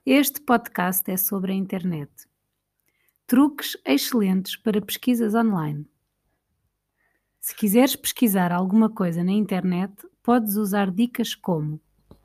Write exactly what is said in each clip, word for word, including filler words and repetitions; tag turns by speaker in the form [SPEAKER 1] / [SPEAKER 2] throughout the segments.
[SPEAKER 1] Este podcast é sobre a internet. Truques excelentes para pesquisas online. Se quiseres pesquisar alguma coisa na internet, podes usar dicas como: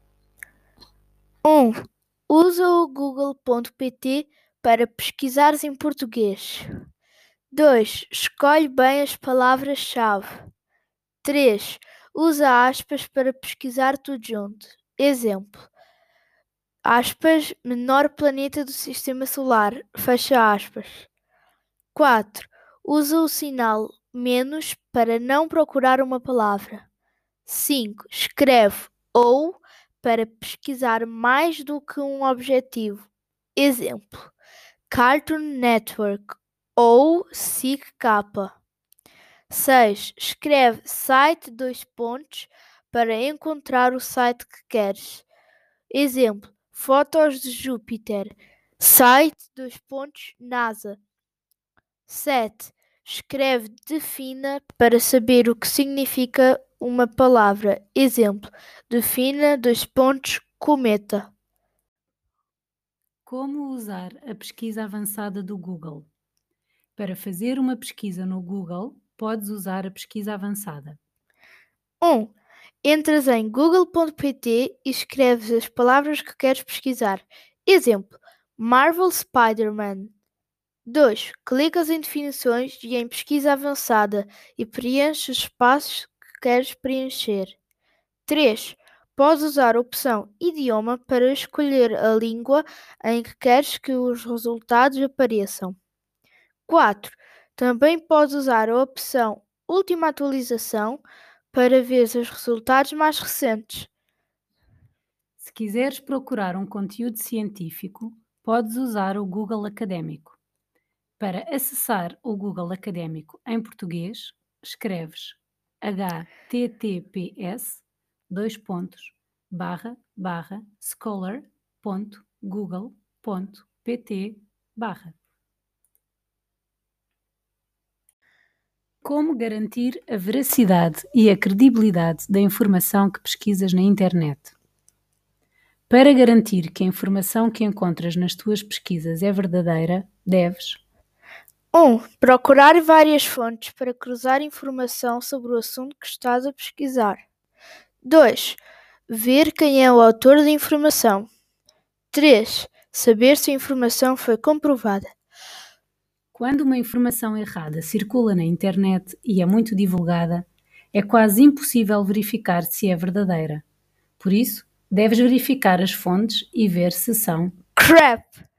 [SPEAKER 2] um. Usa o google ponto pt para pesquisares em português. dois. Escolhe bem as palavras-chave. três. Usa aspas para pesquisar tudo junto. Exemplo: aspas, menor planeta do sistema solar, fecha aspas. quatro. Usa o sinal menos para não procurar uma palavra. cinco. Escreve ou para pesquisar mais do que um objetivo. Exemplo: Cartoon Network ou S I C K. seis. Escreve site dois pontos para encontrar o site que queres. Exemplo: fotos de Júpiter. Site dois pontos NASA. sete. Escreve defina para saber o que significa uma palavra. Exemplo: defina dois pontos cometa.
[SPEAKER 1] como usar a pesquisa avançada do Google. Para fazer uma pesquisa no Google, podes usar a pesquisa avançada.
[SPEAKER 2] um. Entras em google ponto pt e escreves as palavras que queres pesquisar. Exemplo: Marvel Spider-Man. dois. Clicas em definições e em pesquisa avançada e preenches os espaços que queres preencher. três. Podes usar a opção idioma para escolher a língua em que queres que os resultados apareçam. quatro. Também podes usar a opção última atualização para ver os resultados mais recentes.
[SPEAKER 1] Se quiseres procurar um conteúdo científico, podes usar o Google Académico. Para acessar o Google Académico em português, escreves https dois pontos barra barra scholar ponto google ponto pt barra. Como garantir a veracidade e a credibilidade da informação que pesquisas na internet? Para garantir que a informação que encontras nas tuas pesquisas é verdadeira, deves:
[SPEAKER 2] um. Procurar várias fontes para cruzar informação sobre o assunto que estás a pesquisar. dois. Ver quem é o autor da informação. três. Saber se a informação foi comprovada.
[SPEAKER 1] Quando uma informação errada circula na internet e é muito divulgada, é quase impossível verificar se é verdadeira. Por isso, deves verificar as fontes e ver se são
[SPEAKER 2] Crap!